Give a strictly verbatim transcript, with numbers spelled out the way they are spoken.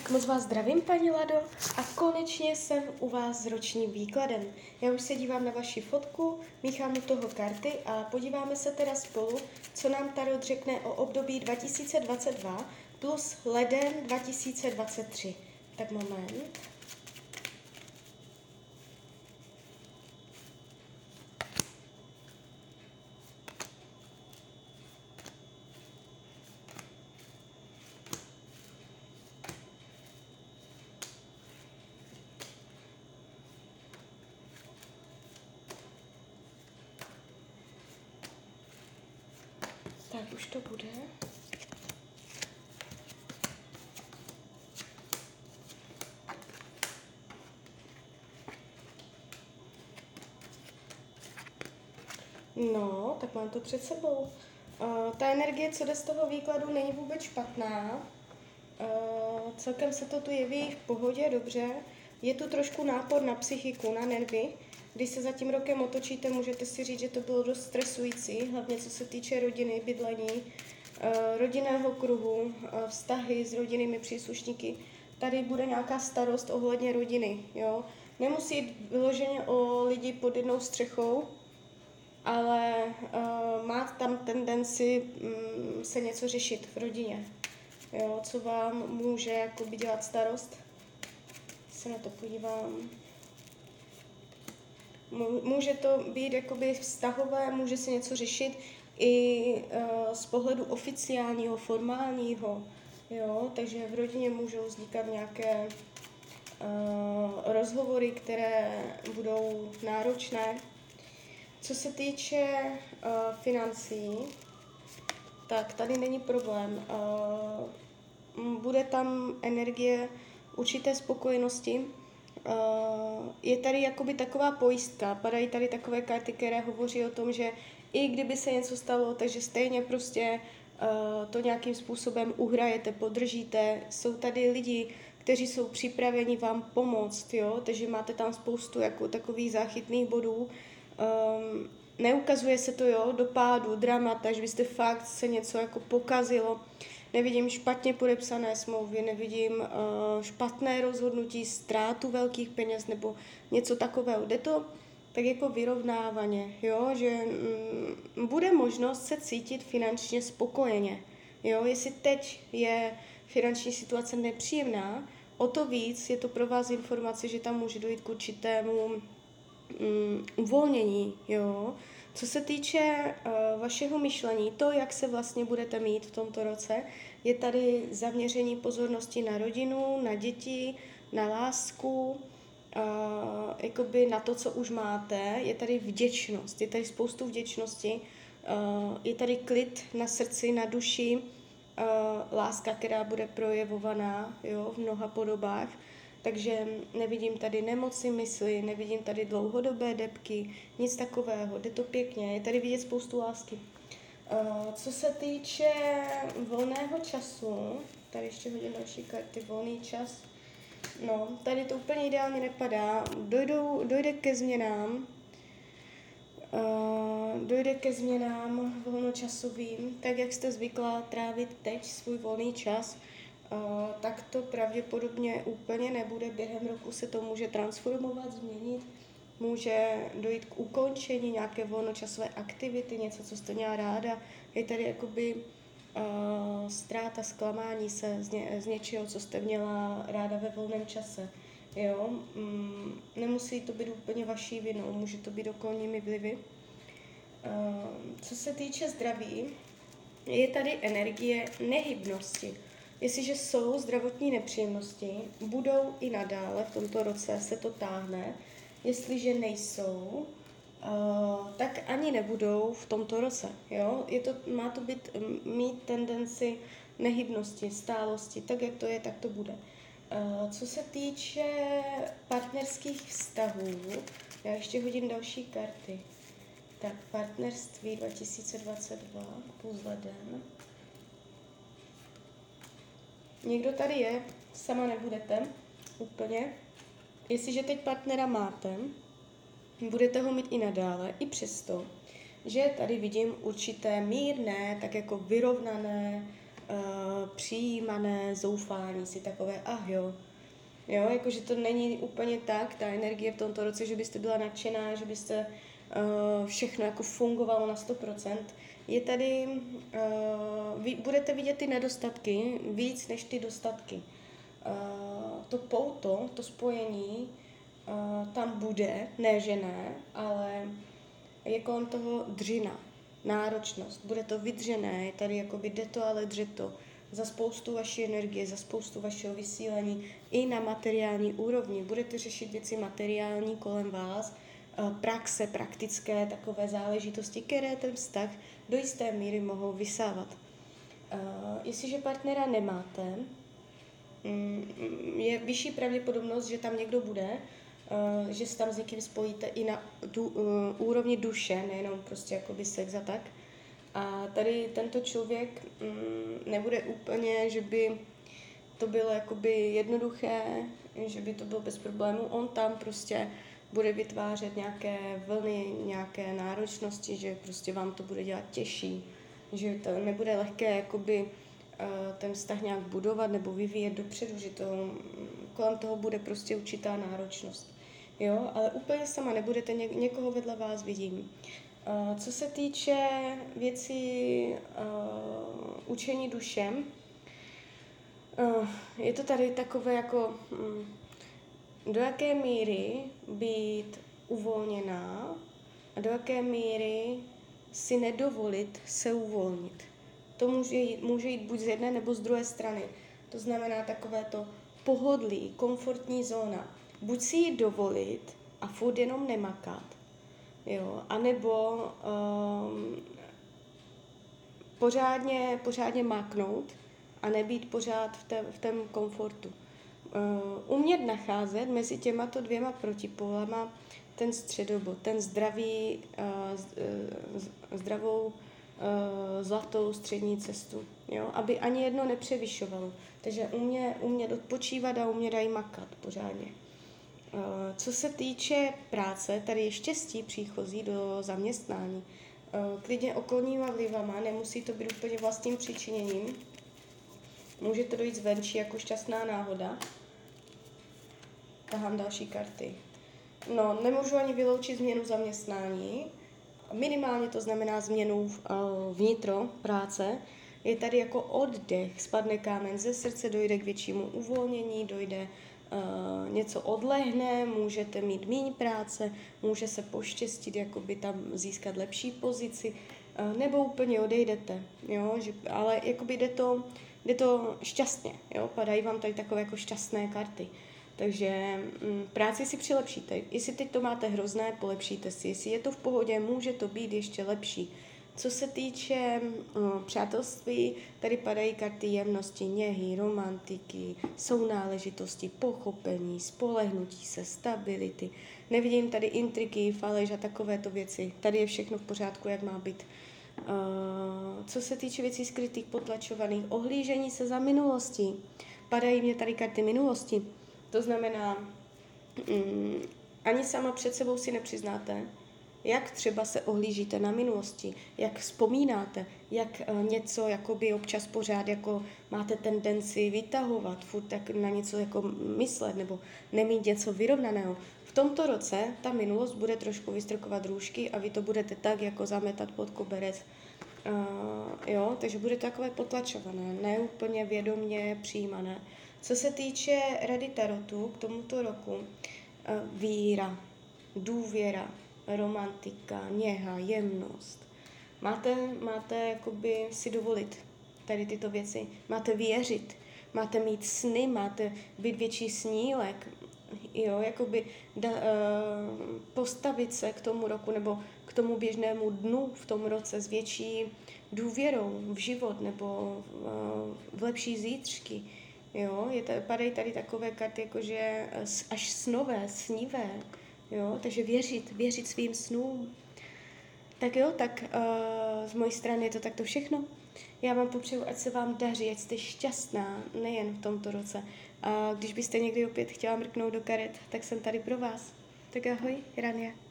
Tak moc vás zdravím, paní Lado, a konečně jsem u vás s ročním výkladem. Já už se dívám na vaši fotku, míchám u toho karty a podíváme se teda spolu, co nám tarot řekne o období dva tisíce dvacet dva plus leden dva tisíce dvacet tři. Tak moment. Tak už to bude. No, tak mám to před sebou. Uh, ta energie, co jde z toho výkladu, není vůbec špatná. Uh, celkem se to tu jeví v pohodě, dobře. Je tu trošku nápor na psychiku, na nervy. Když se za tím rokem otočíte, můžete si říct, že to bylo dost stresující, hlavně co se týče rodiny, bydlení, uh, rodinného kruhu, uh, vztahy s rodinnými příslušníky. Tady bude nějaká starost ohledně rodiny, jo. Nemusí jít vyloženě o lidi pod jednou střechou, ale uh, má tam tendenci um, se něco řešit v rodině, jo, co vám může jakoby dělat starost. Se na to podívám. Může to být jakoby vztahové, může se něco řešit i uh, z pohledu oficiálního, formálního, jo, takže v rodině můžou vznikat nějaké uh, rozhovory, které budou náročné. Co se týče uh, financí, tak tady není problém. Uh, bude tam energie určité spokojenosti. Uh, je tady jakoby taková pojistka, padají tady takové karty, které hovoří o tom, že i kdyby se něco stalo, takže stejně prostě uh, to nějakým způsobem uhrajete, podržíte. Jsou tady lidi, kteří jsou připraveni vám pomoct, jo? Takže máte tam spoustu jako takových záchytných bodů. Um, neukazuje se to, jo, do pádu, dramata, že byste fakt se něco jako pokazilo. Nevidím špatně podepsané smlouvy, nevidím uh, špatné rozhodnutí, ztrátu velkých peněz nebo něco takového. Jde to tak jako vyrovnávaně, jo, že mm, bude možnost se cítit finančně spokojeně. Jo, jestli teď je finanční situace nepříjemná, o to víc je to pro vás informace, že tam může dojít k určitému um, uvolnění, jo. Co se týče uh, vašeho myšlení, to, jak se vlastně budete mít v tomto roce, je tady zaměření pozornosti na rodinu, na děti, na lásku, uh, jakoby na to, co už máte. Je tady vděčnost, je tady spoustu vděčnosti, uh, je tady klid na srdci, na duši, uh, láska, která bude projevovaná, jo, v mnoha podobách. Takže nevidím tady nemoci mysli, nevidím tady dlouhodobé debky, nic takového, jde to pěkně, je tady vidět spoustu lásky. Uh, co se týče volného času, tady ještě hodím další karty, volný čas, no, tady to úplně ideálně nepadá, Dojdou, dojde ke změnám, uh, dojde ke změnám volnočasovým, tak jak jste zvyklá trávit teď svůj volný čas, Uh, tak to pravděpodobně úplně nebude. Během roku se to může transformovat, změnit. Může dojít k ukončení nějaké volnočasové aktivity, něco, co jste měla ráda. Je tady jakoby uh, ztráta, zklamání se z, ně, z něčeho, co jste měla ráda ve volném čase. Jo? Mm, nemusí to být úplně vaší vinou, může to být okolními vlivy. Uh, co se týče zdraví, je tady energie nehybnosti. Jestliže jsou zdravotní nepříjemnosti, budou i nadále, v tomto roce se to táhne. Jestliže nejsou, uh, tak ani nebudou v tomto roce. Jo? Je to, má to být, mít tendenci nehybnosti, stálosti, tak jak to je, tak to bude. Uh, co se týče partnerských vztahů, já ještě hodím další karty. Tak partnerství dva tisíce dvacet dva plus leden. Někdo tady je, sama nebudete, úplně. Jestliže teď partnera máte, budete ho mít i nadále, i přesto, že tady vidím určité mírné, tak jako vyrovnané uh, přijímané zoufání si takové, ah jo, jo, jakože to není úplně tak, ta energie v tomto roce, že byste byla nadšená, že byste uh, všechno jako fungovalo na sto procent. Je tady, uh, vy budete vidět ty nedostatky víc než ty dostatky. Uh, to pouto, to spojení uh, tam bude, ne že ne, ale je kolem toho dřina, náročnost, bude to vydřené, je tady jakoby jde to, ale dře to za spoustu vaší energie, za spoustu vašeho vysílání i na materiální úrovni. Budete řešit věci materiální kolem vás, praxe, praktické, takové záležitosti, které ten vztah do jisté míry mohou vysávat. Jestliže partnera nemáte, je vyšší pravděpodobnost, že tam někdo bude, že se tam s někým spojíte i na du, úrovni duše, nejenom prostě jakoby sex a tak. A tady tento člověk mm, nebude úplně, že by to bylo jakoby jednoduché, že by to bylo bez problémů. On tam prostě bude vytvářet nějaké vlny, nějaké náročnosti, že prostě vám to bude dělat těžší, že to nebude lehké jakoby uh, ten vztah nějak budovat nebo vyvíjet dopředu, že to kolem toho bude prostě určitá náročnost. Jo, ale úplně sama nebudete, ně, někoho vedle vás vidím. Uh, co se týče věcí uh, učení dušem, uh, je to tady takové jako, um, do jaké míry být uvolněná a do jaké míry si nedovolit se uvolnit. To může jít, může jít buď z jedné nebo z druhé strany. To znamená takové to pohodlí, komfortní zóna. Buď si ji dovolit a furt jenom nemakat, jo, anebo um, pořádně, pořádně máknout a nebýt pořád v, té, v tom komfortu. Uh, umět nacházet mezi těmato dvěma protipólama ten středobod, ten zdravý, uh, z, uh, zdravou uh, zlatou střední cestu, jo, aby ani jedno nepřevyšovalo. Takže umě, umět odpočívat a umět aj makat pořádně. Co se týče práce, tady je štěstí příchozí do zaměstnání. Klidně okolníma vlivama, nemusí to být úplně vlastním přičiněním. Může to dojít zvenčí jako šťastná náhoda. Tahám další karty. No, nemůžu ani vyloučit změnu zaměstnání. Minimálně to znamená změnu vnitro práce. Je tady jako oddech, spadne kámen ze srdce, dojde k většímu uvolnění, dojde Uh, něco odlehne, můžete mít míň práce, může se poštěstit, jakoby tam získat lepší pozici, uh, nebo úplně odejdete, jo, že, ale jakoby jde to, jde to šťastně, jo, padají vám tady takové jako šťastné karty, takže um, práci si přilepšíte, jestli teď to máte hrozné, polepšíte si, jestli je to v pohodě, může to být ještě lepší. Co se týče um, přátelství, tady padají karty jemnosti, něhy, romantiky, sounáležitosti, pochopení, spolehnutí se, stability. Nevidím tady intriky, faleš a takovéto věci. Tady je všechno v pořádku, jak má být. Uh, co se týče věcí skrytých, potlačovaných, ohlížení se za minulostí. Padají mě tady karty minulosti. To znamená, um, ani sama před sebou si nepřiznáte, jak třeba se ohlížíte na minulosti, jak vzpomínáte, jak uh, něco jakoby občas pořád jako máte tendenci vytahovat, furt tak na něco jako myslet nebo nemít něco vyrovnaného. V tomto roce ta minulost bude trošku vystrkovat růžky a vy to budete tak jako zametat pod koberec. Uh, jo, takže bude to takové potlačované, ne úplně vědomě přijímané. Co se týče rady tarotu k tomuto roku, uh, víra, důvěra, romantika, něha, jemnost. Máte, máte jakoby si dovolit tady tyto věci. Máte věřit, máte mít sny, máte být větší snílek, jo, jakoby da, uh, postavit se k tomu roku nebo k tomu běžnému dnu v tom roce s větší důvěrou v život nebo uh, v lepší zítřky. Jo, je tady, padají tady takové karty, jakože až snové, snivé, jo, takže věřit, věřit svým snům. Tak jo, tak uh, z mojí strany je to takto všechno. Já vám popřeju, ať se vám daří, ať jste šťastná, nejen v tomto roce. A když byste někdy opět chtěla mrknout do karet, tak jsem tady pro vás. Tak ahoj, Rania.